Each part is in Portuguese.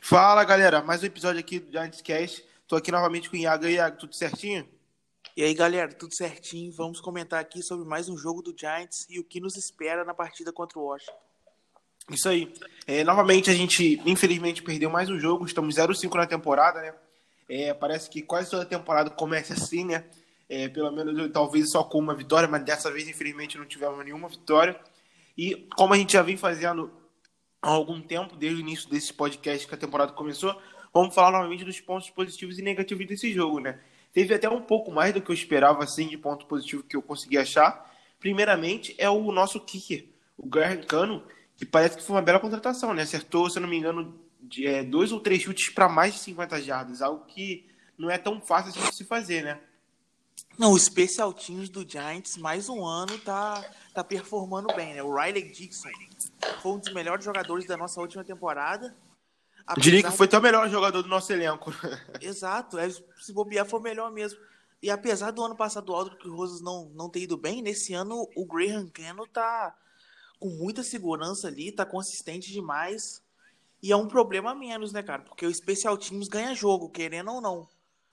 Fala, galera. Mais um episódio aqui do Giants Cast. Tô aqui novamente com o Iago. E aí, Iago, tudo certinho? E aí, galera, tudo certinho? Vamos comentar aqui sobre mais um jogo do Giants e o que nos espera na partida contra o Washington. Isso aí. Novamente, a gente, infelizmente, perdeu mais um jogo. Estamos 0-5 na temporada, né? Parece que quase toda temporada começa assim, né? Pelo menos, talvez só com uma vitória, mas dessa vez, infelizmente, não tivemos nenhuma vitória. E como a gente já vem fazendo há algum tempo, desde o início desse podcast que a temporada começou, vamos falar novamente dos pontos positivos e negativos desse jogo, né? Teve até um pouco mais do que eu esperava, assim, de ponto positivo que eu consegui achar. Primeiramente, é o nosso kicker, o Graham Cano, que parece que foi uma bela contratação, né? Acertou, se eu não me engano, dois ou três chutes para mais de 50 jardas, algo que não é tão fácil assim de se fazer, né? Não, o Special Teams do Giants, mais um ano, tá performando bem, né? O Riley Dixon foi um dos melhores jogadores da nossa última temporada. Eu diria que Apesar foi do... até o melhor jogador do nosso elenco. Exato, se bobear foi o melhor mesmo. E apesar do ano passado o Aldrick Rosas não ter ido bem, nesse ano o Graham Cano tá com muita segurança ali, tá consistente demais. E é um problema a menos, né, cara? Porque o Special Teams ganha jogo, querendo ou não.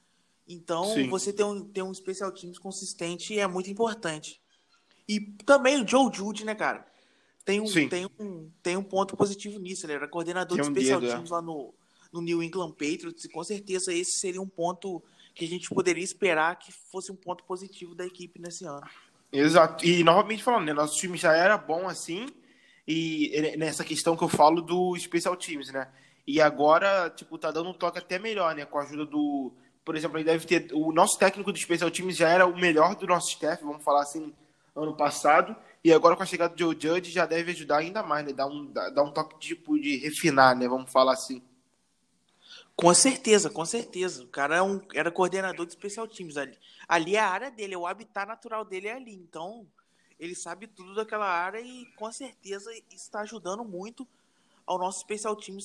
Então, Sim, você ter um Special Teams consistente é muito importante. E também o Joe Judge, né, cara? sim. Tem um ponto positivo nisso. Ele era coordenador Tem de um Special dedo, é. Teams lá no New England Patriots. E com certeza esse seria um ponto que a gente poderia esperar que fosse um ponto positivo da equipe nesse ano. Exato. E novamente falando, né? Nosso time já era bom assim, e nessa questão que eu falo do Special Teams, né? E agora, tipo, tá dando um toque até melhor, né? Com a ajuda do. Por exemplo, ele deve ter. O nosso técnico do Special Teams já era o melhor do nosso staff, vamos falar assim, ano passado. E agora com a chegada do Joe Judge já deve ajudar ainda mais, né? Dar um toque tipo de refinar, né? Vamos falar assim. Com certeza, com certeza. O cara era coordenador de Special Teams ali. Ali é a área dele, é o habitat natural dele é ali. Então, ele sabe tudo daquela área e com certeza está ajudando muito ao nosso Special Teams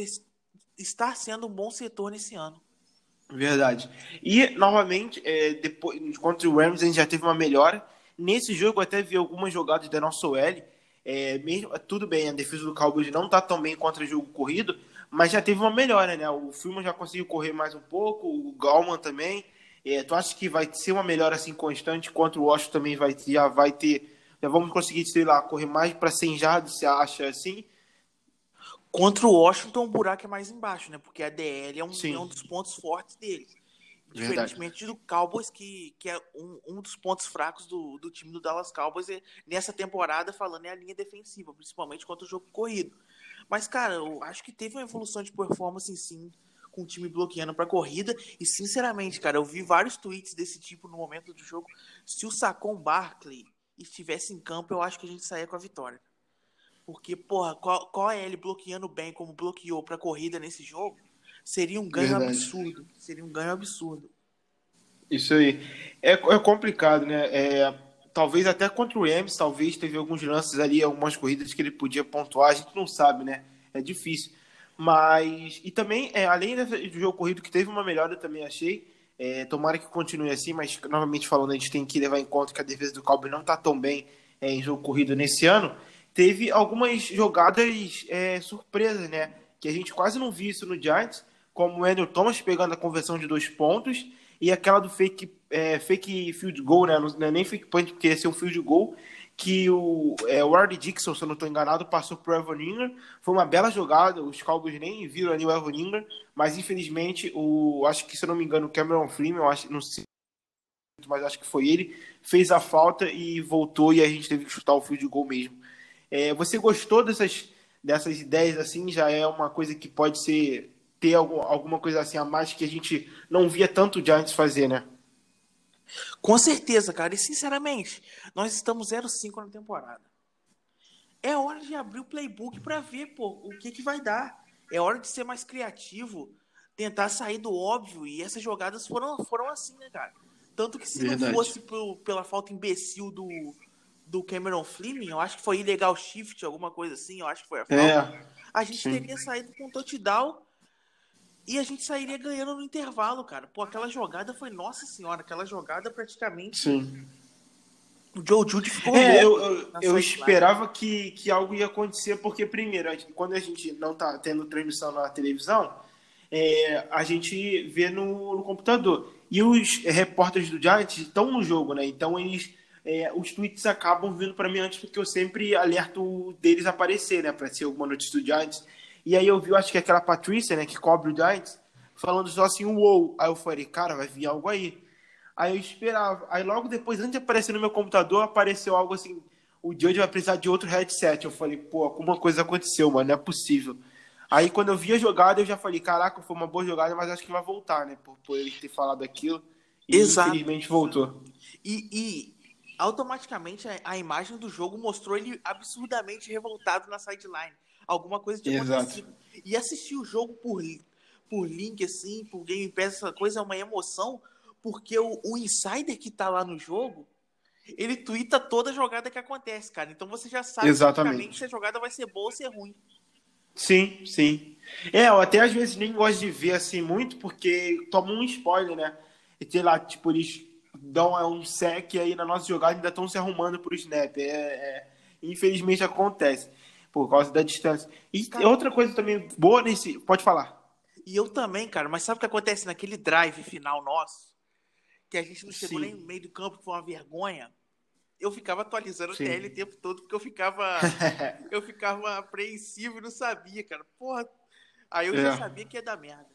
estar sendo um bom setor nesse ano. Verdade. E, novamente, depois, contra o Rams, a gente já teve uma melhora. Nesse jogo, eu até vi algumas jogadas da nossa OL. Mesmo, tudo bem, a defesa do Cowboys não tá tão bem contra o jogo corrido, mas já teve uma melhora, né? O Freeman já conseguiu correr mais um pouco, o Gallman também. Tu acha que vai ser uma melhora assim constante, contra o Washington também já vai ter. Já vamos conseguir, sei lá, correr mais para 100 jardas, você acha assim? Contra o Washington, o buraco é mais embaixo, né? Porque a DL é um Sim, dos pontos fortes deles. verdade. Diferentemente do Cowboys, que é um dos pontos fracos do time do Dallas Cowboys nessa temporada, falando, é a linha defensiva, principalmente contra o jogo corrido. Mas, cara, eu acho que teve uma evolução de performance, sim, com o time bloqueando para corrida. E, sinceramente, cara, eu vi vários tweets desse tipo no momento do jogo. Se o Saquon Barkley estivesse em campo, eu acho que a gente saía com a vitória. Porque, porra, qual é ele bloqueando bem como bloqueou para corrida nesse jogo? Seria um ganho Verdade. absurdo. Seria um ganho absurdo. Isso aí. É complicado, né? Talvez até contra o Rams, talvez teve alguns lances ali, algumas corridas que ele podia pontuar, a gente não sabe, né? É difícil. Mas. E também, além do jogo corrido, que teve uma melhora, eu também achei. Tomara que continue assim, mas novamente falando, a gente tem que levar em conta que a defesa do Cowboys não está tão bem em jogo corrido nesse ano. Teve algumas jogadas surpresas, né? Que a gente quase não viu isso no Giants, como o Andrew Thomas pegando a conversão de 2 pontos e aquela do fake field goal, né? Não é nem fake point, porque ia ser um field goal, que o Ward Dixon, se eu não estou enganado, passou pro Evan Ingram. Foi uma bela jogada, os Cowboys nem viram ali o Evan Ingram, mas infelizmente, acho que, se eu não me engano, o Cameron Freeman, eu acho, não sei, mas acho que foi ele, fez a falta e voltou e a gente teve que chutar o field goal mesmo. Você gostou dessas ideias assim? Já é uma coisa que pode ser ter alguma coisa assim a mais que a gente não via tanto de antes fazer, né? Com certeza, cara. E sinceramente, nós estamos 0-5 na temporada. É hora de abrir o playbook para ver, pô, o que vai dar. É hora de ser mais criativo, tentar sair do óbvio. E essas jogadas foram assim, né, cara? Tanto que se não Verdade. fosse pela falta imbecil do Cameron Fleming, eu acho que foi illegal shift, alguma coisa assim, eu acho que foi a falta. A gente Sim, teria saído com touchdown e a gente sairia ganhando no intervalo, cara. Pô, aquela jogada foi, nossa senhora, aquela jogada praticamente sim. O Joe Judge ficou Eu, louco na eu sideline. esperava que algo ia acontecer, porque, primeiro, quando a gente não tá tendo transmissão na televisão, a gente vê no computador. E os repórteres do Giants estão no jogo, né? Então, os tweets acabam vindo para mim antes, porque eu sempre alerto deles aparecer, né? Para ser alguma notícia do Giants. E aí eu vi, acho que aquela Patrícia, né, que cobre o Giants, falando só assim, uou. Aí eu falei, cara, vai vir algo aí. Aí eu esperava. Aí logo depois, antes de aparecer no meu computador, apareceu algo assim: o Judge vai precisar de outro headset. Eu falei, pô, alguma coisa aconteceu, mano, não é possível. Aí quando eu vi a jogada, eu já falei, caraca, foi uma boa jogada, mas acho que vai voltar, né? Por ele ter falado aquilo. E Exato. infelizmente voltou. E automaticamente a imagem do jogo mostrou ele absurdamente revoltado na sideline. Alguma coisa tinha Exato. acontecido. E assistir o jogo por link, assim, por Game Pass, essa coisa é uma emoção, porque o insider que tá lá no jogo, ele twitta toda a jogada que acontece, cara. Então você já sabe praticamente se Exatamente. a jogada vai ser boa ou ser ruim. Sim, sim. Eu até às vezes nem gosto de ver assim muito, porque toma um spoiler, né? E sei lá, tipo, eles dão um sec aí na nossa jogada e ainda estão se arrumando pro snap. Infelizmente acontece, por causa da distância. E Cara, outra coisa também boa nesse. Pode falar. e eu também, cara, mas sabe o que acontece naquele drive final nosso? Que a gente não chegou nem no Sim, meio do campo, que foi uma vergonha. Eu ficava atualizando o TL o sim. tempo todo, porque eu ficava apreensivo e não sabia, cara. Porra, aí eu já É. sabia que ia dar merda.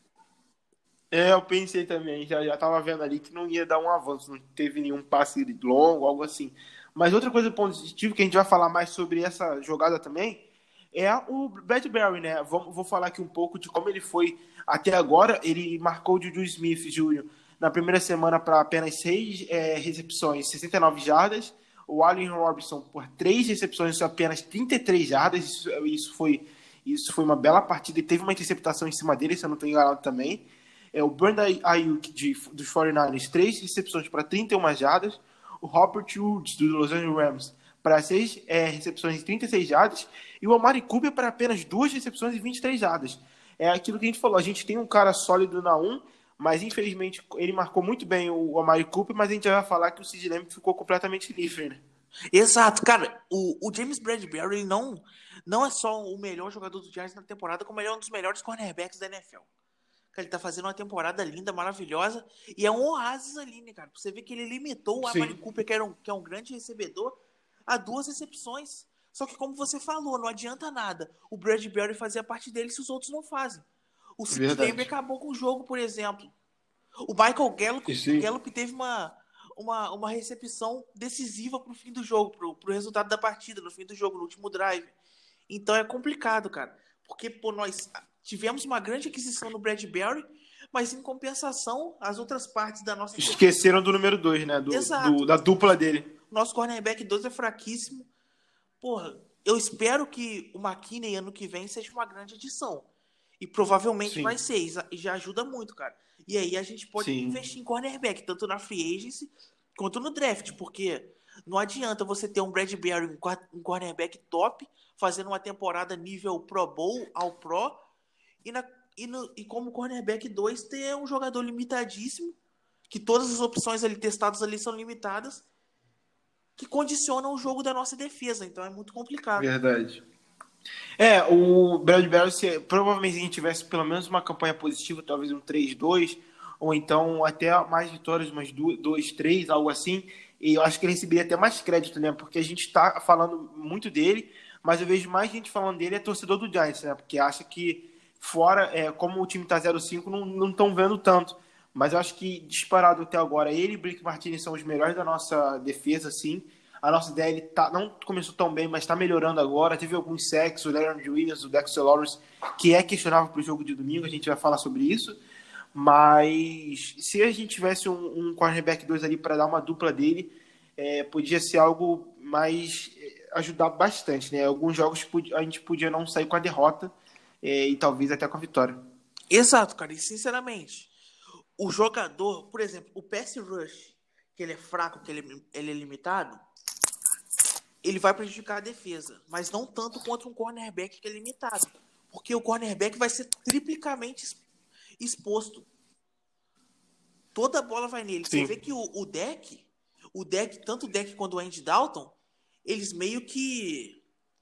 Eu pensei também, já tava vendo ali que não ia dar um avanço, não teve nenhum passe longo, algo assim. Mas outra coisa positiva que a gente vai falar mais sobre essa jogada também é o Bradbury, né? Vou falar aqui um pouco de como ele foi até agora. Ele marcou o Juju Smith Jr. na primeira semana para apenas 6 recepções, 69 jardas. O Allen Robinson por 3 recepções, apenas 33 jardas. Isso foi uma bela partida e teve uma interceptação em cima dele, se eu não estou enganado também. O Brandon Ayuk dos 49ers, 3 recepções para 31 jardas. O Robert Woods dos Los Angeles Rams para 6 recepções e 36 jardas. E o Amari Cooper para apenas 2 recepções e 23 jardas. É aquilo que a gente falou. A gente tem um cara sólido na 1, mas infelizmente ele marcou muito bem o Amari Cooper, mas a gente já vai falar que o Sid Lamb ficou completamente livre, né? Exato, cara. O James Bradbury ele não é só o melhor jogador do Giants na temporada, como ele é um dos melhores cornerbacks da NFL. Cara, ele tá fazendo uma temporada linda, maravilhosa. E é um oásis ali, né, cara? Você vê que ele limitou o Amari Sim, Cooper, que é um grande recebedor, a 2 recepções. Só que, como você falou, não adianta nada o Bradbury fazer a parte dele se os outros não fazem. O Sid Lamb verdade. acabou com o jogo, por exemplo. O Michael Isso aí. Gallup teve uma recepção decisiva pro fim do jogo, pro resultado da partida, no fim do jogo, no último drive. Então é complicado, cara. Porque, pô, nós tivemos uma grande aquisição no Bradbury, mas em compensação, as outras partes da nossa defesa. Esqueceram do número 2, né? Exato. Da dupla dele. Nosso cornerback 2 é fraquíssimo. Porra, eu espero que o McKinney ano que vem seja uma grande adição. E provavelmente vai Sim, ser. E já ajuda muito, cara. E aí a gente pode sim. investir em cornerback, tanto na free agency quanto no draft, porque não adianta você ter um Bradbury, um cornerback top, fazendo uma temporada nível Pro Bowl ao Pro, e, na, e como cornerback 2 ter um jogador limitadíssimo, que todas as opções ali testadas ali são limitadas, que condicionam o jogo da nossa defesa. Então é muito complicado. Verdade. O Bradbury, se provavelmente a gente tivesse pelo menos uma campanha positiva, talvez um 3-2 ou então até mais vitórias, umas 2, 3, algo assim, e eu acho que ele receberia até mais crédito, né? Porque a gente está falando muito dele, mas eu vejo mais gente falando dele é torcedor do Giants, né? Porque acha que fora, como o time tá 0-5, não estão vendo tanto. Mas eu acho que disparado até agora, ele e Blake Martinez são os melhores da nossa defesa, sim. A nossa DL não começou tão bem, mas está melhorando agora. Teve alguns sacks, o Leonard Williams, o Dexter Lawrence, que é questionável para o jogo de domingo, a gente vai falar sobre isso. Mas se a gente tivesse um cornerback 2 ali para dar uma dupla dele, podia ser algo mais ajudar bastante, né? Alguns jogos a gente podia não sair com a derrota e talvez até com a vitória. Exato, cara. E sinceramente, o jogador, por exemplo, o pass rush, que ele é fraco, que ele é limitado, ele vai prejudicar a defesa, mas não tanto quanto um cornerback que é limitado. Porque o cornerback vai ser triplicamente exposto. Toda a bola vai nele. Você vê Sim, que o deck, tanto o Deck quanto o Andy Dalton, eles meio que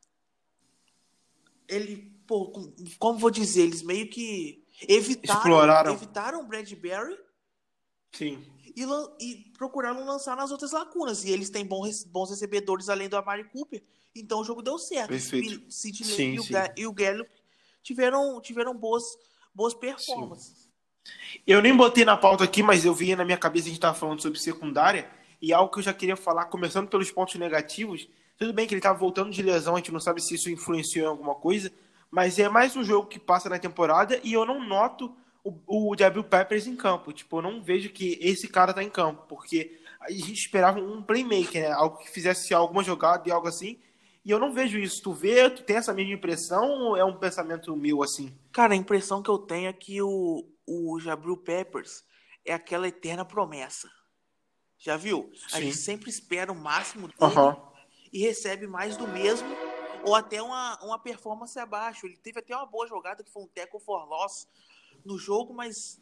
como vou dizer, eles meio que Exploraram. evitaram o Bradbury. Sim. E procuraram lançar nas outras lacunas. E eles têm bons recebedores além do Amari Cooper. Então o jogo deu certo. Perfeito. Sid Sim, e o Gallup tiveram boas sim. performances. Eu nem botei na pauta aqui, mas eu vi na minha cabeça a gente estava falando sobre secundária. E algo que eu já queria falar, começando pelos pontos negativos. Tudo bem que ele estava voltando de lesão, a gente não sabe se isso influenciou em alguma coisa. Mas é mais um jogo que passa na temporada e eu não noto o Jabril Peppers em campo. Tipo, eu não vejo que esse cara tá em campo, porque a gente esperava um playmaker, né? Algo que fizesse alguma jogada e algo assim. E eu não vejo isso. Tu vê, tu tem essa mesma impressão ou é um pensamento meu assim? Cara, a impressão que eu tenho é que o Jabril Peppers é aquela eterna promessa. Já viu? A Sim. gente sempre espera o máximo dele Aham. e recebe mais do mesmo, ou até uma performance abaixo. Ele teve até uma boa jogada, que foi um tackle for loss no jogo, mas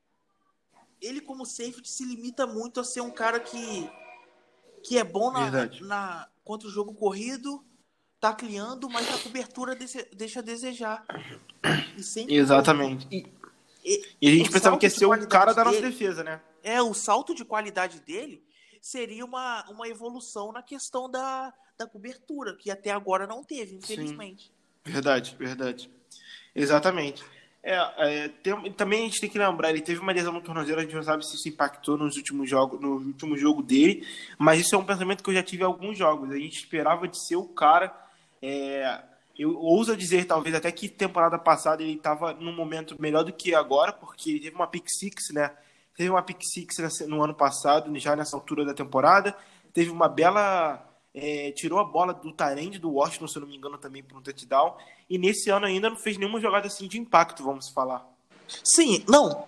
ele, como safety, se limita muito a ser um cara que é bom Verdade. contra o jogo corrido, tacleando, mas na cobertura deixa a desejar. E sempre Exatamente. E a o gente pensava que salto ia de ser o cara qualidade da nossa dele, defesa, né? o salto de qualidade dele seria uma evolução na questão da cobertura, que até agora não teve, Sim. infelizmente. Verdade, verdade. Exatamente. Também a gente tem que lembrar, ele teve uma lesão no tornozelo, a gente não sabe se isso impactou nos últimos jogos, no último jogo dele, mas isso é um pensamento que eu já tive em alguns jogos. A gente esperava de ser o cara. Eu ouso dizer, talvez, até que temporada passada ele estava num momento melhor do que agora, porque ele teve uma pick six, né? Teve uma pick six no ano passado, já nessa altura da temporada. Teve uma bela. Tirou a bola do Tyrande do Washington, se eu não me engano, também por um touchdown. E nesse ano ainda não fez nenhuma jogada assim de impacto, vamos falar. Sim, não.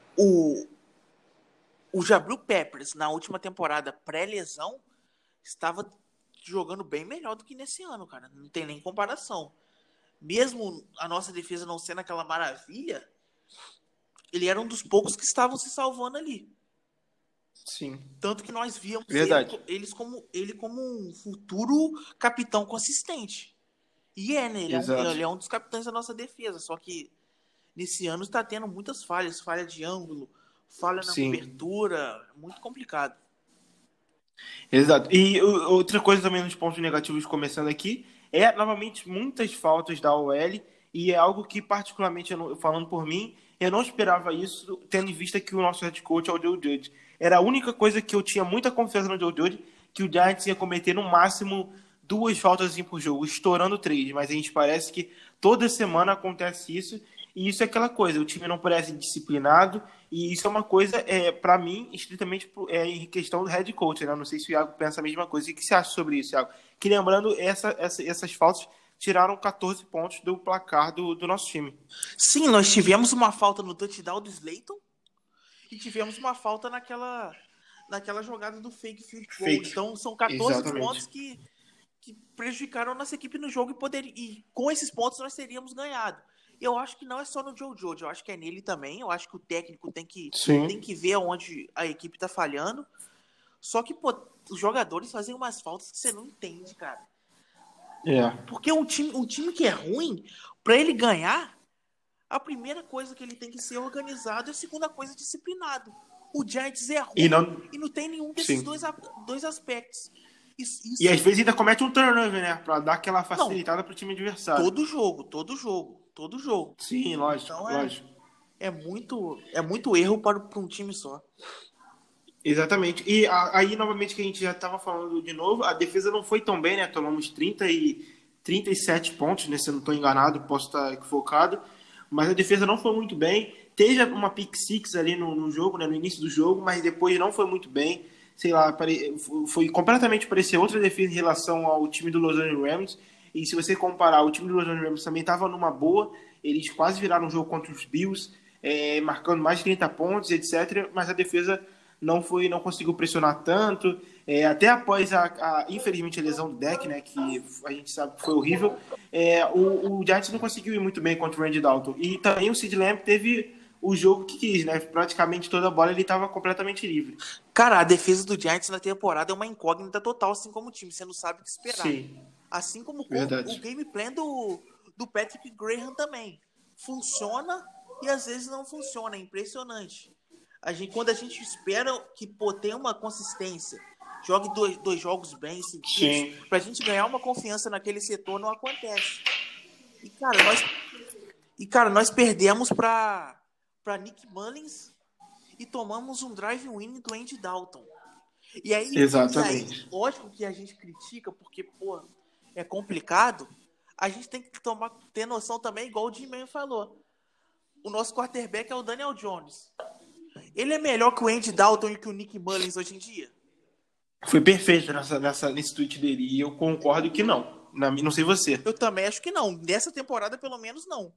O Jabril Peppers, na última temporada pré-lesão, estava jogando bem melhor do que nesse ano, cara. Não tem nem comparação. Mesmo a nossa defesa não sendo aquela maravilha, ele era um dos poucos que estavam se salvando ali. Sim. Tanto que nós víamos Verdade. ele como um futuro capitão consistente. E né? Exato. Ele é um dos capitães da nossa defesa. Só que nesse ano está tendo muitas falhas. Falha de ângulo, falha na Sim. cobertura. Muito complicado. Exato. E outra coisa também nos pontos negativos, começando aqui, novamente muitas faltas da OL, e é algo que, particularmente, falando por mim, eu não esperava isso, tendo em vista que o nosso head coach é o Joe Judge. Era a única coisa que eu tinha muita confiança no Joe Judge, que o Giants ia cometer no máximo 2 faltas assim por jogo, estourando 3, mas a gente parece que toda semana acontece isso, e isso é aquela coisa, o time não parece disciplinado, e isso é uma coisa, para mim, estritamente em questão do head coach, né? Não sei se o Iago pensa a mesma coisa. O que você acha sobre isso, Iago? Que lembrando, essas faltas tiraram 14 pontos do placar do nosso time. Sim, nós tivemos uma falta no touchdown do Slayton e tivemos uma falta naquela jogada do fake field goal. Fake. Então são 14 Exatamente. pontos que prejudicaram a nossa equipe no jogo e com esses pontos nós teríamos ganhado. Eu acho que não é só no Joe Judge, eu acho que é nele também. Eu acho que o técnico tem que ver onde a equipe tá falhando. Só que, pô, os jogadores fazem umas faltas que você não entende, cara. Porque um time que é ruim, pra ele ganhar, a primeira coisa que ele tem que ser organizado e a segunda coisa disciplinado. O Giants é ruim e não tem nenhum desses dois aspectos. E às vezes ainda comete um turnover, né? Pra dar aquela facilitada pro time adversário. Todo jogo. Sim, lógico, então lógico. É muito erro para um time só. Exatamente. E aí, novamente, que a gente já estava falando de novo, a defesa não foi tão bem, né? Tomamos 37 pontos, né? Se eu não estou enganado, posso estar equivocado. Mas a defesa não foi muito bem. Teve uma pick six ali no jogo, né? No início do jogo, mas depois não foi muito bem. Sei lá, foi completamente parecer outra defesa em relação ao time do Los Angeles Rams. E se você comparar, o time do Los Angeles Rams também estava numa boa. Eles quase viraram um jogo contra os Bills, marcando mais de 30 pontos, etc. Mas a defesa não conseguiu pressionar tanto. Até após infelizmente, a lesão do deck, né, que a gente sabe que foi horrível, o Giants não conseguiu ir muito bem contra o Randy Dalton. E também o Sid Lamb teve o jogo que quis, né? Praticamente toda a bola ele estava completamente livre. Cara, a defesa do Giants na temporada é uma incógnita total, assim como o time. Você não sabe o que esperar. Sim, Assim como o verdade. game plan do Patrick Graham também. Funciona e às vezes não funciona. É impressionante. Quando a gente espera que tenha uma consistência, jogue dois jogos bem seguidos, Sim. pra gente ganhar uma confiança naquele setor, não acontece. E, cara, nós perdemos pra Nick Mullins e tomamos um drive win do Andy Dalton. E aí, Exatamente. lógico que a gente critica, porque, pô, é complicado. A gente tem que ter noção também, igual o Jimmy falou. O nosso quarterback é o Daniel Jones. Ele é melhor que o Andy Dalton e que o Nick Mullins hoje em dia? Foi perfeito nesse tweet dele. E eu concordo que não. Não sei você. Eu também acho que não. Nessa temporada, pelo menos, não.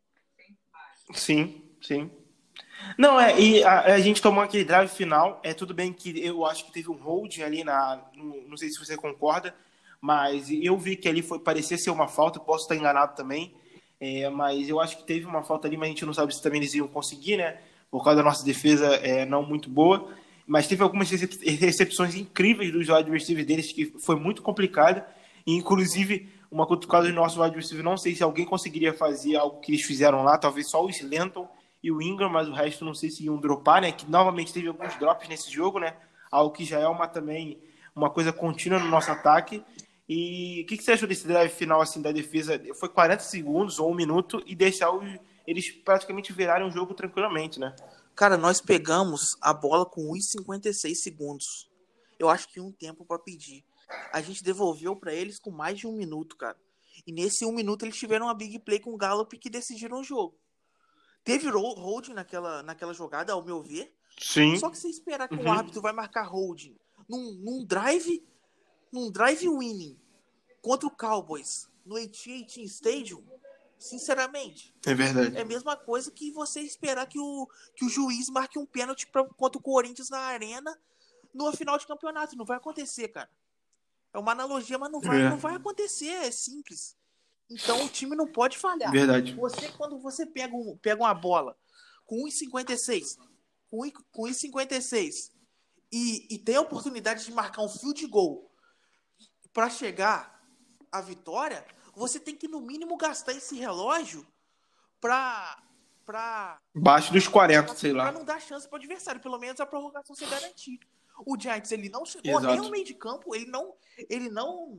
Sim, sim. Não, e a gente tomou aquele drive final. É tudo bem que eu acho que teve um holding ali não sei se você concorda, mas eu vi que ali parecia ser uma falta, posso estar enganado também. Mas eu acho que teve uma falta ali, mas a gente não sabe se também eles iam conseguir, né? Por causa da nossa defesa não muito boa. Mas teve algumas recepções incríveis dos wide receivers deles, que foi muito complicado. E, inclusive, uma cutucada do nosso wide receiver, não sei se alguém conseguiria fazer algo que eles fizeram lá, talvez só o Slenton e o Ingram, mas o resto não sei se iam dropar, né? Que novamente teve alguns drops nesse jogo, né? Algo que já é também uma coisa contínua no nosso ataque. E o que você achou desse drive final assim da defesa? Foi 40 segundos ou 1 minuto e deixar eles praticamente virarem o jogo tranquilamente, né? Cara, nós pegamos a bola com 1,56 segundos. Eu acho que um tempo para pedir. A gente devolveu para eles com mais de 1 minuto, cara. E nesse 1 minuto eles tiveram uma big play com o Gallup que decidiram o jogo. Teve holding naquela jogada, ao meu ver. Sim. Só que se esperar que o árbitro vai marcar holding num drive winning contra o Cowboys no AT&T Stadium, sinceramente, É verdade. é a mesma coisa que você esperar que o juiz marque um pênalti contra o Corinthians na arena no final de campeonato. Não vai acontecer, cara. É uma analogia, mas não vai acontecer. É simples. Então o time não pode falhar. Verdade. Quando você pega uma bola com 1,56, com 1,56 e tem a oportunidade de marcar um field goal para chegar à vitória, você tem que no mínimo gastar esse relógio para baixo dos 40, sei para lá. não dar chance para o adversário, pelo menos a prorrogação ser garantida. O Giants, ele não chegou Exato. nem ao meio de campo, ele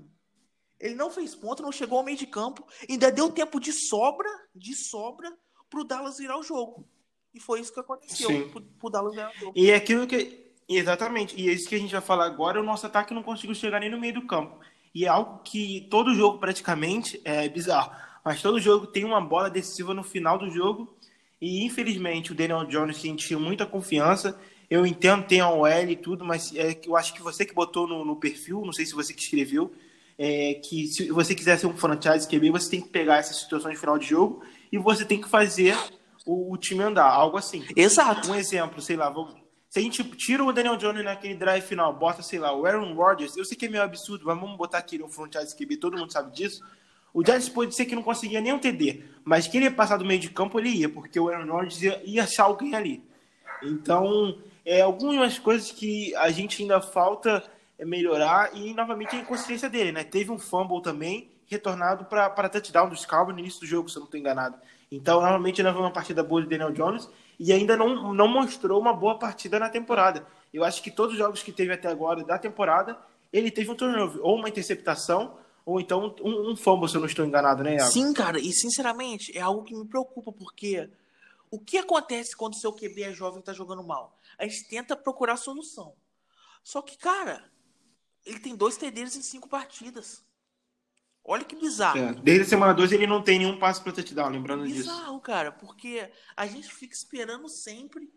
não fez ponto, não chegou ao meio de campo, ainda deu tempo de sobra pro Dallas virar o jogo. E foi isso que aconteceu, pro Dallas virar o jogo. E é aquilo que exatamente, e é isso que a gente vai falar agora, o nosso ataque não conseguiu chegar nem no meio do campo. E é algo que todo jogo praticamente é bizarro, mas todo jogo tem uma bola decisiva no final do jogo. E infelizmente o Daniel Jones sentiu muita confiança. Eu entendo, tem a OL e tudo, mas eu acho que você que botou no perfil, não sei se você que escreveu, que se você quiser ser um franchise QB, você tem que pegar essas situações de final de jogo e você tem que fazer o time andar, algo assim. Exato. Um exemplo, sei lá, se a gente tira o Daniel Jones naquele drive final, bota, sei lá, o Aaron Rodgers, eu sei que é meio absurdo, mas vamos botar aqui no franchise QB, todo mundo sabe disso. O Giants pode ser que não conseguia nem um TD, mas que ele ia passar do meio de campo, ele ia, porque o Aaron Rodgers ia achar alguém ali. Então, algumas coisas que a gente ainda falta melhorar e, novamente, a inconsciência dele, né? Teve um fumble também, retornado para touchdown dos Cowboys no início do jogo, se eu não estou enganado. Então, normalmente, ainda foi uma partida boa de Daniel Jones e ainda não mostrou uma boa partida na temporada. Eu acho que todos os jogos que teve até agora da temporada, ele teve um turnover, ou uma interceptação, ou então um fumble, se eu não estou enganado, né, Iago? Sim, cara, e sinceramente, é algo que me preocupa, porque o que acontece quando o seu QB é jovem e tá jogando mal? A gente tenta procurar solução. Só que, cara, ele tem 2 TDs em 5 partidas. Olha que bizarro. Desde a semana 2 ele não tem nenhum passe para touchdown, lembrando disso. Bizarro, cara, porque a gente fica esperando sempre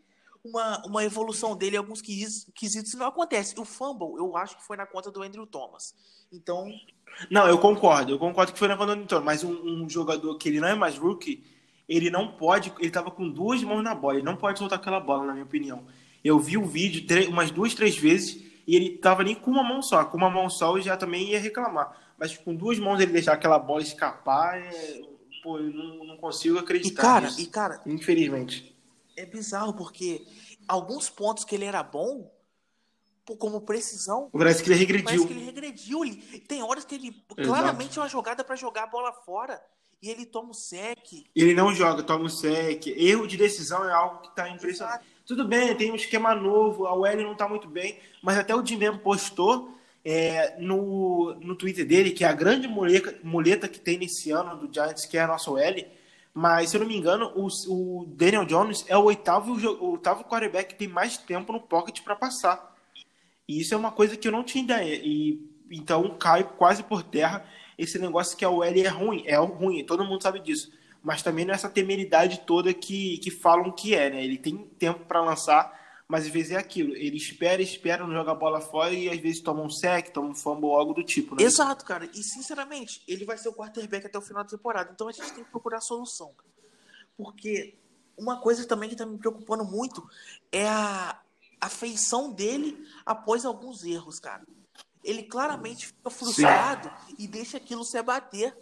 uma evolução dele em alguns quesitos e não acontece. O fumble, eu acho que foi na conta do Andrew Thomas. Então... Não, eu concordo que foi na conta do Thomas, mas um jogador que ele não é mais rookie, ele não pode, ele tava com 2 mãos na bola, ele não pode soltar aquela bola, na minha opinião. Eu vi o vídeo umas 2, 3 vezes e ele tava nem com uma mão só. Com uma mão só eu já também ia reclamar. Mas com 2 mãos ele deixar aquela bola escapar, pô, eu não consigo acreditar nisso. E cara, infelizmente. É bizarro porque alguns pontos que ele era bom, como precisão, Parece que ele regrediu. Tem horas que ele Exato. claramente é uma jogada para jogar a bola fora e ele toma o sec. Ele não joga, toma o sec. Erro de decisão é algo que está impressionante. Exato. Tudo bem, tem um esquema novo, a OL não está muito bem, mas até o Jimmy postou no Twitter dele que é a grande muleta que tem nesse ano do Giants, que é a nossa OL. Mas, se eu não me engano, o Daniel Jones é o oitavo quarterback que tem mais tempo no pocket para passar. E isso é uma coisa que eu não tinha ideia. Então cai quase por terra esse negócio que a OL é ruim, todo mundo sabe disso. Mas também não é essa temeridade toda que falam que é, né? Ele tem tempo para lançar, mas às vezes é aquilo. Ele espera, não joga a bola fora e às vezes toma um sec, toma um fumble, algo do tipo, né? Exato, cara. E sinceramente, ele vai ser o quarterback até o final da temporada. Então a gente tem que procurar solução. Porque uma coisa também que tá me preocupando muito é a feição dele após alguns erros, cara. Ele claramente fica frustrado e deixa aquilo se abater.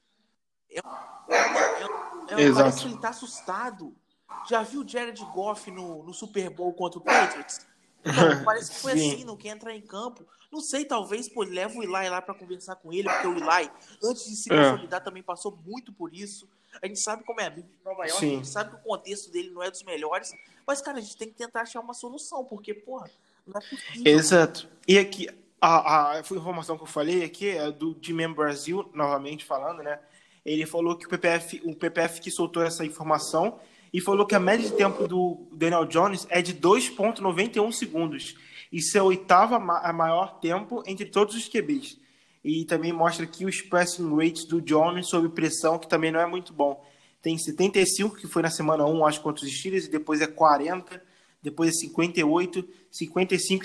Parece que ele tá assustado. Já viu o Jared Goff no Super Bowl contra o Patriots? Então, parece que foi assim, não quer entrar em campo. Não sei, talvez, leva o Eli lá pra conversar com ele, porque o Eli, antes de se consolidar, também passou muito por isso. A gente sabe como é a Bíblia de Nova York, a gente sabe que o contexto dele não é dos melhores, mas, cara, a gente tem que tentar achar uma solução, porque, porra, não é possível. Exato. E aqui, a informação que eu falei aqui é do Jimmy Brasil, novamente falando, né? Ele falou que o PPF que soltou essa informação e falou que a média de tempo do Daniel Jones é de 2,91 segundos. Isso é a maior tempo entre todos os QBs. E também mostra aqui os passing rates do Jones sob pressão, que também não é muito bom. Tem 75, que foi na semana 1, acho, contra os Steelers, e depois é 40, depois é 58, 55 e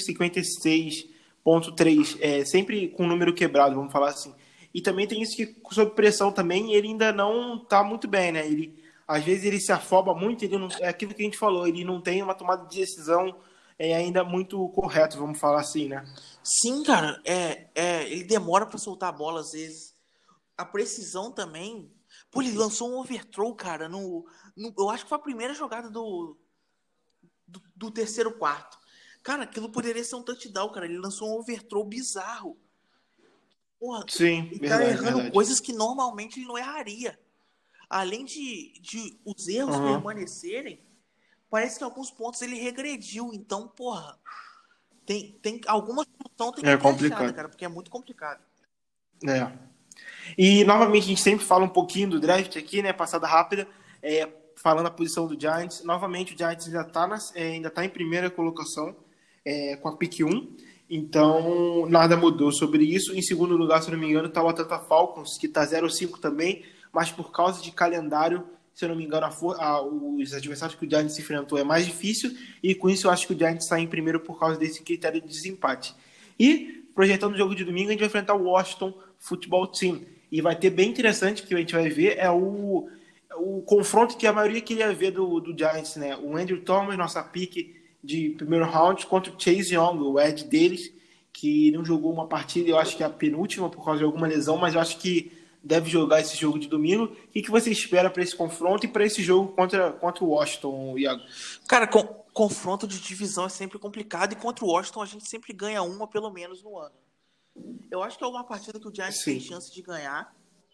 56,3. Sempre com número quebrado, vamos falar assim. E também tem isso que, sob pressão também, ele ainda não está muito bem, né? Às vezes ele se afoba muito, é aquilo que a gente falou, ele não tem uma tomada de decisão ainda muito correta, vamos falar assim, né? Sim, cara, ele demora para soltar a bola às vezes. A precisão também. Pô, ele lançou um overthrow, cara, eu acho que foi a primeira jogada do terceiro quarto. Cara, aquilo poderia ser um touchdown, cara. Ele lançou um overthrow bizarro. Porra, sim, ele verdade, tá errando verdade. coisas que normalmente ele não erraria. Além de os erros permanecerem, parece que em alguns pontos ele regrediu. Então, porra, tem alguma solução tem que ser achada, cara, porque é muito complicado. E, novamente, a gente sempre fala um pouquinho do draft aqui, né? Passada rápida, falando a posição do Giants. Novamente, o Giants ainda tá em primeira colocação, com a pick 1. Então, nada mudou sobre isso. Em segundo lugar, se eu não me engano, está o Atlanta Falcons, que está 0-5 também, mas por causa de calendário, se eu não me engano, os adversários que o Giants se enfrentou é mais difícil, e com isso eu acho que o Giants está em primeiro por causa desse critério de desempate. E, projetando o jogo de domingo, a gente vai enfrentar o Washington Football Team. E vai ter bem interessante, que a gente vai ver, o confronto que a maioria queria ver do Giants, né? O Andrew Thomas, nossa pick de primeiro round, contra o Chase Young, o Ed deles, que não jogou uma partida, eu acho que é a penúltima por causa de alguma lesão, mas eu acho que deve jogar esse jogo de domingo. O que você espera para esse confronto e para esse jogo contra o Washington, Iago? Cara, confronto de divisão é sempre complicado, e contra o Washington a gente sempre ganha uma pelo menos no ano. Eu acho que é uma partida que o Giants tem chance de ganhar,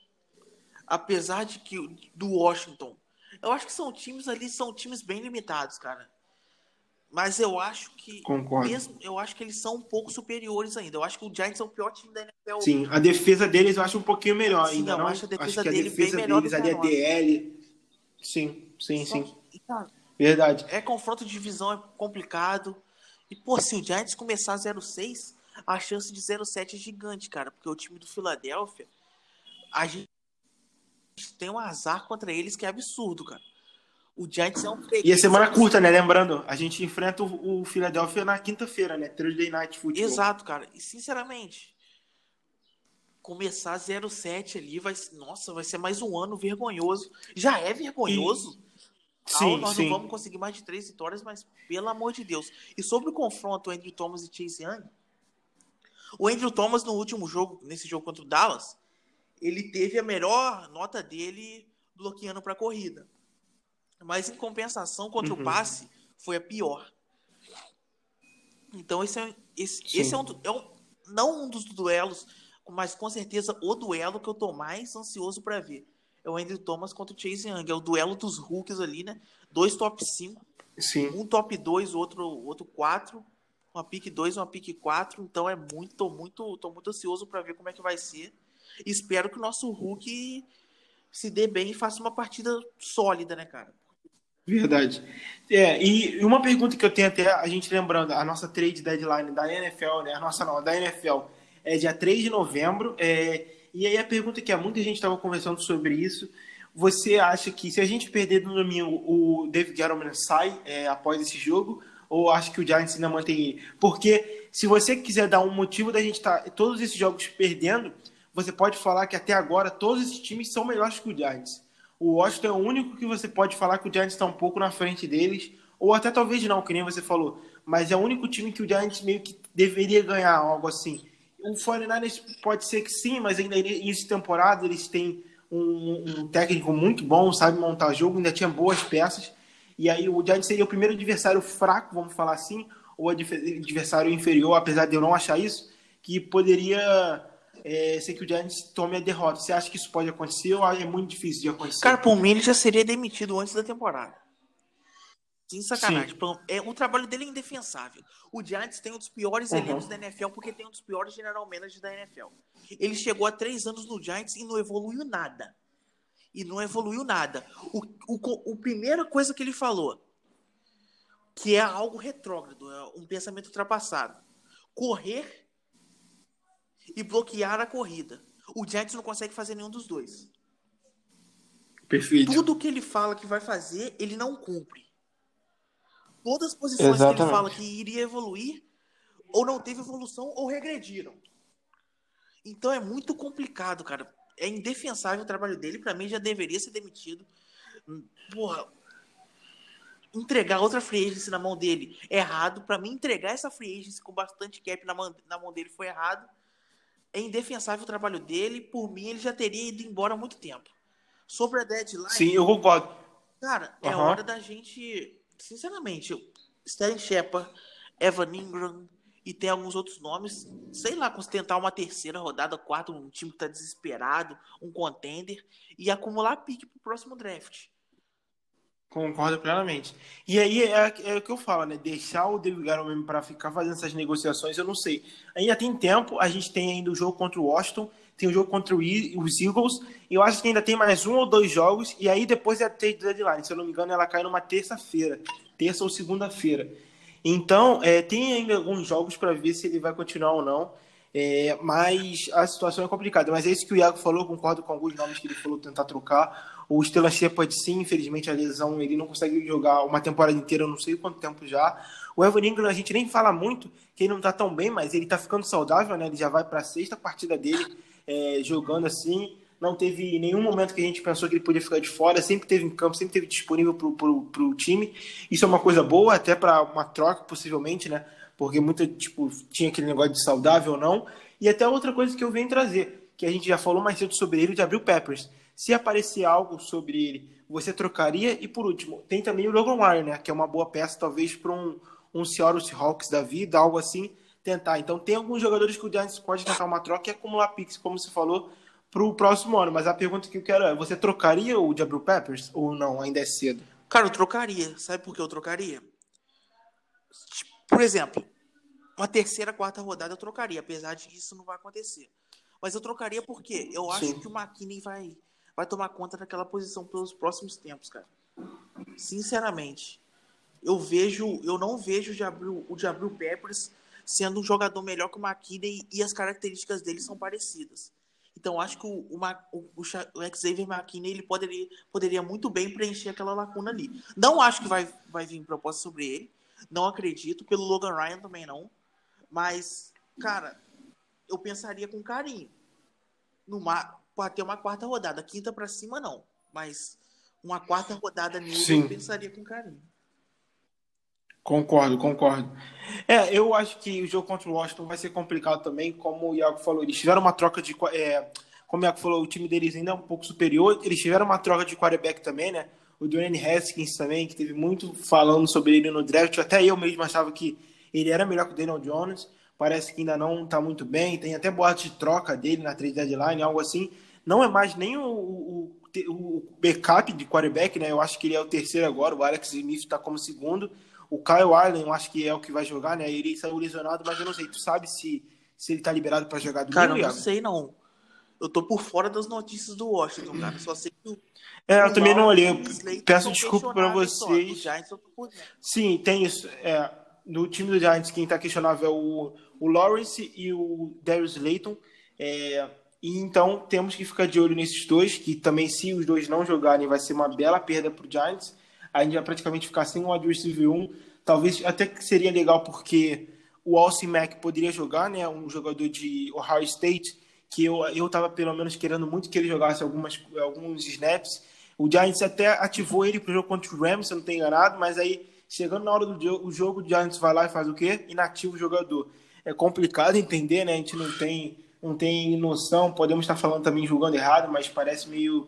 apesar de que do Washington, eu acho que são times bem limitados, cara. Mas eu acho que eu acho que eles são um pouco superiores ainda. Eu acho que o Giants é o pior time da NFL. Sim, a defesa deles eu acho um pouquinho melhor ainda. Eu acho a defesa deles ali é DL. Sim. Verdade. Confronto de divisão é complicado. E, pô, se o Giants começar 0-6, a chance de 0-7 é gigante, cara. Porque o time do Philadelphia, a gente tem um azar contra eles que é absurdo, cara. O Giants é um freguês. E a semana curta, né? Lembrando, a gente enfrenta o Philadelphia na quinta-feira, né? Thursday Night Football. Exato, cara. E, sinceramente, começar 0-7 ali vai ser mais um ano vergonhoso. Já é vergonhoso. Nós não vamos conseguir mais de 3 vitórias, mas pelo amor de Deus. E sobre o confronto entre Andrew Thomas e Chase Young, o Andrew Thomas no último jogo, nesse jogo contra o Dallas, ele teve a melhor nota dele bloqueando para a corrida. Mas em compensação, contra o passe, foi a pior. Então esse Sim. não um dos duelos, mas com certeza o duelo que eu tô mais ansioso para ver. É o Andrew Thomas contra o Chase Young. É o duelo dos rookies ali, né? Dois top 5, Sim. um top 2, outro 4, uma pick 2, uma pick 4. Então tô muito ansioso para ver como é que vai ser. Espero que o nosso Hulk se dê bem e faça uma partida sólida, né, cara? Verdade. E uma pergunta que eu tenho até, a gente lembrando, a nossa trade deadline da NFL, né? A nossa não, da NFL é dia 3 de novembro. E aí a pergunta que muita gente estava conversando sobre isso. Você acha que se a gente perder no domingo, o David Gettleman sai após esse jogo? Ou acha que o Giants ainda mantém ele? Porque se você quiser dar um motivo da gente estar todos esses jogos perdendo, você pode falar que até agora todos esses times são melhores que o Giants. O Washington é o único que você pode falar que o Giants está um pouco na frente deles, ou até talvez não, que nem você falou, mas é o único time que o Giants meio que deveria ganhar, algo assim. O 49ers pode ser que sim, mas ainda início de temporada eles têm um técnico muito bom, sabe montar jogo, ainda tinha boas peças, e aí o Giants seria o primeiro adversário fraco, vamos falar assim, ou adversário inferior, apesar de eu não achar isso, que poderia ser que o Giants tome a derrota. Você acha que isso pode acontecer ou é muito difícil de Cara, acontecer? por mim ele já seria demitido antes da temporada. Sem sacanagem. Sim. O trabalho dele é indefensável. O Giants tem um dos piores elencos da Uhum. NFL porque tem um dos piores general managers da NFL. Ele chegou há 3 anos no Giants e não evoluiu nada. E não evoluiu nada. A primeira coisa que ele falou, que é algo retrógrado, é um pensamento ultrapassado. Correr e bloquear a corrida. O Giants não consegue fazer nenhum dos dois. Perfeito. Tudo que ele fala que vai fazer, ele não cumpre. Todas as posições que ele fala Exatamente. que iria evoluir, ou não teve evolução, ou regrediram. Então é muito complicado, cara. É indefensável o trabalho dele. Pra mim, já deveria ser demitido. Porra, entregar outra free agency na mão dele é errado. Pra mim, entregar essa free agency com bastante cap na mão dele foi errado. É indefensável o trabalho dele. Por mim, ele já teria ido embora há muito tempo. Sobre a Sim, deadline, eu concordo. cara, é Uhum. hora da gente, sinceramente, Sterling Shepard, Evan Ingram e tem alguns outros nomes, sei lá, tentar uma terceira rodada, quarta, um time que tá desesperado, um contender e acumular pique pro próximo draft. Concordo plenamente. E aí é o que eu falo, né? Deixar o David Garrett mesmo para ficar fazendo essas negociações, eu não sei. Ainda tem tempo, a gente tem ainda o jogo contra o Washington, tem o jogo contra os Eagles, e eu acho que ainda tem mais um ou dois jogos, e aí depois é a trade deadline. Se eu não me engano, ela cai numa terça-feira, terça ou segunda-feira. Então, tem ainda alguns jogos para ver se ele vai continuar ou não. Mas a situação é complicada. Mas é isso que o Iago falou, concordo com alguns nomes que ele falou tentar trocar. O Stellan Shepard, sim, infelizmente a lesão, ele não consegue jogar uma temporada inteira, eu não sei quanto tempo já. O Evan Ingram, a gente nem fala muito, que ele não tá tão bem, mas ele tá ficando saudável, né? Ele já vai para a sexta partida dele jogando assim. Não teve nenhum momento que a gente pensou que ele podia ficar de fora, sempre teve em campo, sempre teve disponível pro time. Isso é uma coisa boa, até para uma troca, possivelmente, né? Porque muita, tipo, tinha aquele negócio de saudável ou não. E até outra coisa que eu venho trazer, que a gente já falou mais cedo sobre ele, de Abril Peppers. Se aparecer algo sobre ele, você trocaria? E por último, tem também o Logan Ryan, né? Que é uma boa peça, talvez, para um Seattle Seahawks da vida, algo assim, tentar. Então tem alguns jogadores que o Giants pode tentar uma troca e acumular picks, como você falou, para o próximo ano. Mas a pergunta que eu quero é, você trocaria o Jabril Peppers ou não? Ainda é cedo. Cara, eu trocaria. Sabe por que eu trocaria? Por exemplo, uma terceira, quarta rodada eu trocaria, apesar de que isso não vai acontecer. Mas eu trocaria porque eu acho que o Sim. McKinney vai tomar conta daquela posição pelos próximos tempos, cara. Sinceramente. Eu não vejo o Jabril Peppers sendo um jogador melhor que o McKinney e as características dele são parecidas. Então acho que o Xavier McKinney ele poderia muito bem preencher aquela lacuna ali. Não acho que vai vir proposta sobre ele. Não acredito. Pelo Logan Ryan também não. Mas, cara, eu pensaria com carinho. Para ter uma quarta rodada. Quinta para cima, não. Mas uma quarta rodada nele eu Sim. pensaria com carinho. Concordo, concordo. Eu acho que o jogo contra o Washington vai ser complicado também, como o Iago falou. Eles tiveram uma troca de. Como o Iago falou, o time deles ainda é um pouco superior. Eles tiveram uma troca de quarterback também, né? O Dwayne Haskins também, que teve muito falando sobre ele no draft. Até eu mesmo achava que ele era melhor que o Daniel Jones, parece que ainda não está muito bem, tem até boato de troca dele na trade deadline, algo assim. Não é mais nem o backup de quarterback, né? Eu acho que ele é o terceiro agora, o Alex Smith está como segundo. O Kyle Allen, eu acho que é o que vai jogar, né? Ele saiu lesionado, mas eu não sei. Tu sabe se ele tá liberado para jogar Cara, domingo, eu não Iago? sei, não. Eu tô por fora das notícias do Washington, cara. Só sei que Eu o também não olhei. Lawrence Eu e o Slayton peço são desculpa para questionáveis só. Do vocês. Giants eu tô por dentro. Sim, tem isso. No time do Giants, quem está questionável é o Lawrence e o Darius Slayton. E então temos que ficar de olho nesses dois, que também, se os dois não jogarem, vai ser uma bela perda para o Giants. A gente vai praticamente ficar sem um wide receiver 1. Talvez até que seria legal, porque o Austin Mack poderia jogar, né? Um jogador de Ohio State, que eu estava pelo menos querendo muito que ele jogasse alguns snaps. O Giants até ativou ele para o jogo contra o Rams, se eu não estou enganado, mas aí, chegando na hora do jogo, o Giants vai lá e faz o quê? Inativa o jogador. É complicado entender, né? A gente não tem noção, podemos estar falando também julgando errado, mas parece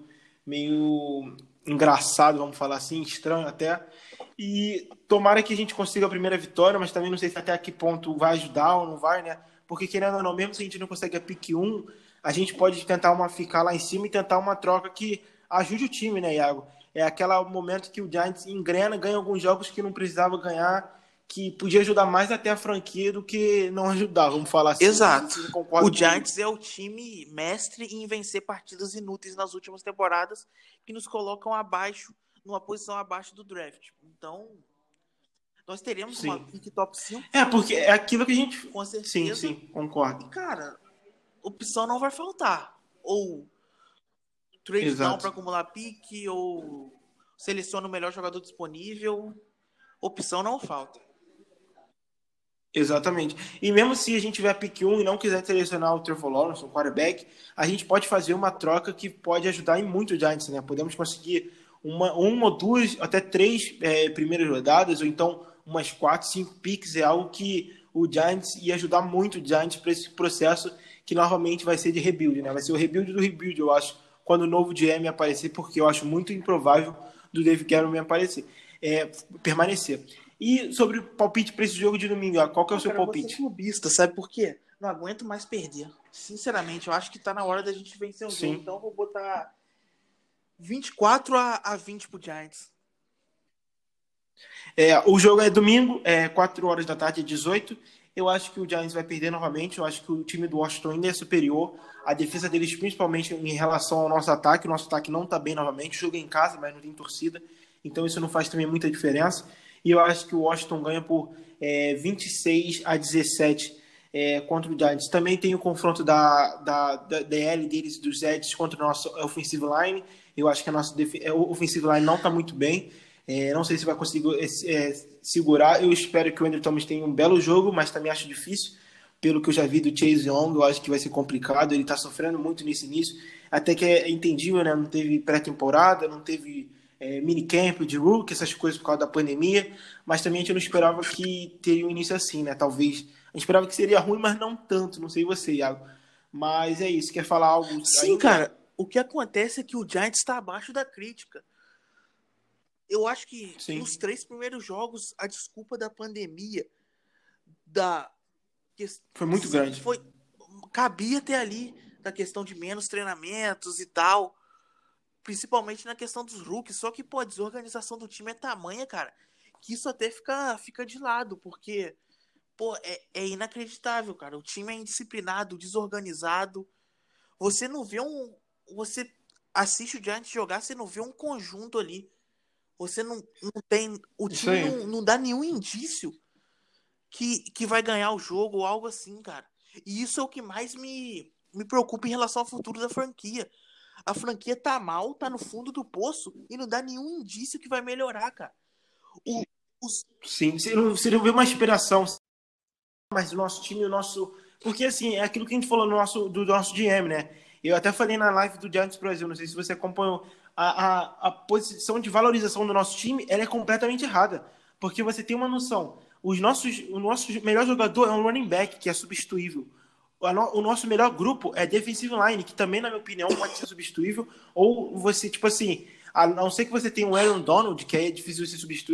meio engraçado, vamos falar assim, estranho até. E tomara que a gente consiga a primeira vitória, mas também não sei se até a que ponto vai ajudar ou não vai, né? Porque querendo ou não, mesmo se a gente não consegue a pick 1, a gente pode tentar ficar lá em cima e tentar uma troca que ajude o time, né, Iago? É aquele momento que o Giants engrena, ganha alguns jogos que não precisava ganhar, que podia ajudar mais até a franquia do que não ajudar, vamos falar assim. Exato. Não sei se você concorda O comigo. Giants é o time mestre em vencer partidas inúteis nas últimas temporadas que nos colocam abaixo, numa posição abaixo do draft. Então, nós teremos uma Sim. pick top 5. Porque é aquilo que a gente... Com certeza. Sim, concordo. E, cara, opção não vai faltar. Ou trade down Exato. para acumular pique, ou seleciona o melhor jogador disponível. Opção não falta. Exatamente. E mesmo se a gente tiver pick 1 e não quiser selecionar o Trevor Lawrence, o quarterback, a gente pode fazer uma troca que pode ajudar em muito o Giants, né? Podemos conseguir uma ou duas, até três primeiras rodadas, ou então umas 4, 5 picks, é algo que o Giants ia ajudar muito o Giants para esse processo que normalmente vai ser de rebuild, né? Vai ser o rebuild do rebuild, eu acho, quando o novo GM aparecer, porque eu acho muito improvável do Dave Gettleman permanecer. E sobre o palpite para esse jogo de domingo, qual que é o seu palpite? Eu vou ser clubista, sabe por quê? Não aguento mais perder. Sinceramente, eu acho que tá na hora da gente vencer o jogo. Então eu vou botar 24 a 20 pro Giants. O jogo é domingo, 4 horas da tarde, 18. Eu acho que o Giants vai perder novamente. Eu acho que o time do Washington ainda é superior. A defesa deles, principalmente em relação ao nosso ataque. O nosso ataque não está bem novamente. O jogo é em casa, mas não tem torcida. Então isso não faz também muita diferença. E eu acho que o Washington ganha por 26 a 17 contra o Giants. Também tem o confronto da DL deles, dos Eds, contra o nosso offensive line. Eu acho que a nossa offensive line não está muito bem. Não sei se vai conseguir segurar. Eu espero que o Andrew Thomas tenha um belo jogo, mas também acho difícil. Pelo que eu já vi do Chase Young, eu acho que vai ser complicado. Ele está sofrendo muito nesse início. Até que é entendível, né? Não teve pré-temporada, não teve minicamp de rookie, essas coisas por causa da pandemia. Mas também a gente não esperava que teria um início assim, né? Talvez. A gente esperava que seria ruim, mas não tanto. Não sei você, Iago. Mas é isso. Quer falar algo? Sim, ainda? Cara. O que acontece é que o Giants está abaixo da crítica. Eu acho que nos 3 primeiros jogos, a desculpa da pandemia foi muito grande. Cabia até ali da questão de menos treinamentos e tal, principalmente na questão dos rookies. Só que, a desorganização do time é tamanha, cara, que isso até fica de lado, porque, é inacreditável, cara. O time é indisciplinado, desorganizado. Você não vê Você assiste o Giants jogar, você não vê um conjunto ali. Você não tem... O time não dá nenhum indício que vai ganhar o jogo ou algo assim, cara. E isso é o que mais me preocupa em relação ao futuro da franquia. A franquia tá mal, tá no fundo do poço e não dá nenhum indício que vai melhorar, cara. Sim, você não vê uma inspiração, mas o nosso time, porque assim, é aquilo que a gente falou do nosso GM, né? Eu até falei na live do Giants Brasil, não sei se você acompanhou, a posição de valorização do nosso time, ela é completamente errada, porque você tem uma noção, o nosso melhor jogador é um running back, que é substituível. O nosso melhor grupo é defensive line, que também, na minha opinião, pode ser substituível, ou você, tipo assim, a não ser que você tenha o Aaron Donald, que aí é difícil você substituir,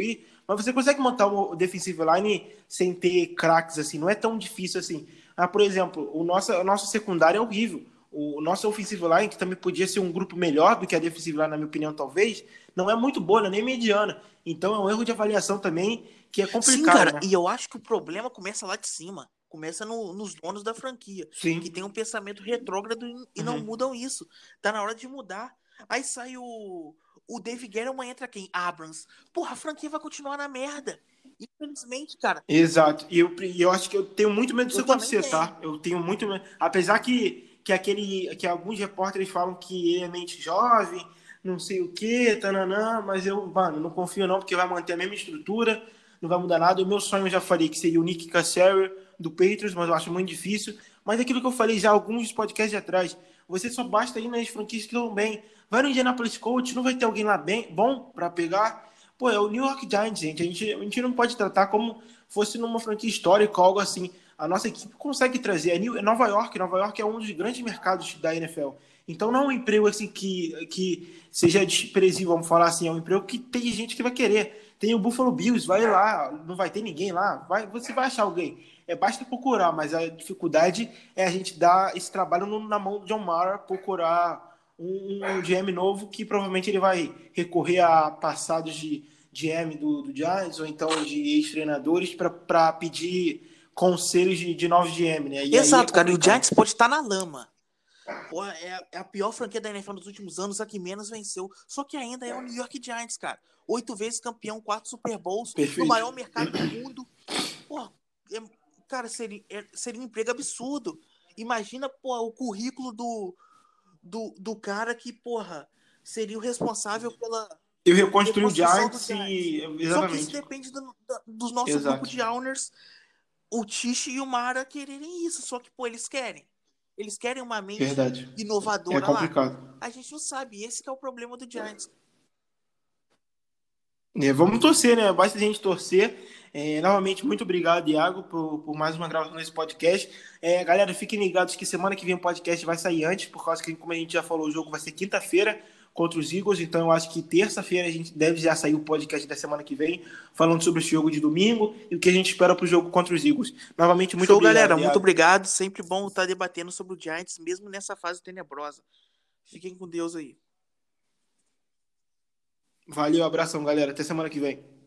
Mas você consegue montar o defensive line sem ter craques, assim, não é tão difícil assim. Por exemplo, o nosso secundário é horrível. O nosso offensive line, que também podia ser um grupo melhor do que a defensive line, na minha opinião, talvez, não é muito boa, não é nem mediana. Então é um erro de avaliação também que é Sim, complicado, cara, né? e eu acho que o problema começa lá de cima. Começa nos donos da franquia, que tem Sim. um pensamento retrógrado e não Uhum. mudam isso. Tá na hora de mudar. Aí sai o Dave Gettleman, entra quem? Abrams. Porra, a franquia vai continuar na merda. Infelizmente, cara, Exato. E eu acho que eu tenho muito medo disso eu também acontecer, tenho. tá? Eu tenho muito medo. Apesar que alguns repórteres falam que ele é mente jovem, não sei o quê, tananã, mas eu, mano, não confio não, porque vai manter a mesma estrutura, não vai mudar nada. O meu sonho eu já falei que seria o Nick Cassell do Patriots, mas eu acho muito difícil. Mas é aquilo que eu falei já alguns podcasts atrás, você só basta ir nas franquias que estão bem. Vai no Indianapolis Colts, não vai ter alguém lá bem bom para pegar. Pô, é o New York Giants, gente. A gente não pode tratar como fosse numa franquia histórica ou algo assim. A nossa equipe consegue trazer. É Nova York. Nova York é um dos grandes mercados da NFL. Então não é um emprego assim que seja desprezível, vamos falar assim. É um emprego que tem gente que vai querer. Tem o Buffalo Bills, vai lá, não vai ter ninguém lá. Você vai achar alguém. Basta procurar, mas a dificuldade é a gente dar esse trabalho na mão do John Mara, procurar um GM novo que provavelmente ele vai recorrer a passados de GM do Giants ou então de ex-treinadores para pedir conselhos de novos GM, né? E aí é Exato, cara, e o complicado. Giants pode estar na lama. Pô, é a pior franquia da NFL nos últimos anos, a que menos venceu. Só que ainda é o New York Giants, cara. 8 vezes campeão, 4 Super Bowls, no Perfeito. maior mercado do mundo. Pô, cara, seria um emprego absurdo. Imagina, pô, o currículo do cara que, porra, seria o responsável pela Eu reconstruí o reconstrução do Giants Giants. e. Só que isso Exatamente. depende do nosso grupo Exato. de owners, o Tish e o Mara quererem isso. Só que, pô, eles querem. Eles querem uma mente Verdade. É inovadora lá. complicado. A gente não sabe. Esse que é o problema do Giants. Vamos torcer, né? Basta a gente torcer. Novamente, muito obrigado, Iago, por mais uma gravação nesse podcast. Galera, fiquem ligados que semana que vem o podcast vai sair antes, por causa que, como a gente já falou, o jogo vai ser quinta-feira contra os Eagles. Então, eu acho que terça-feira a gente deve já sair o podcast da semana que vem, falando sobre esse jogo de domingo e o que a gente espera para o jogo contra os Eagles. Novamente, muito Show, galera. obrigado, Muito Iago. obrigado. Sempre bom estar debatendo sobre o Giants, mesmo nessa fase tenebrosa. Fiquem com Deus aí. Valeu, abração, galera. Até semana que vem.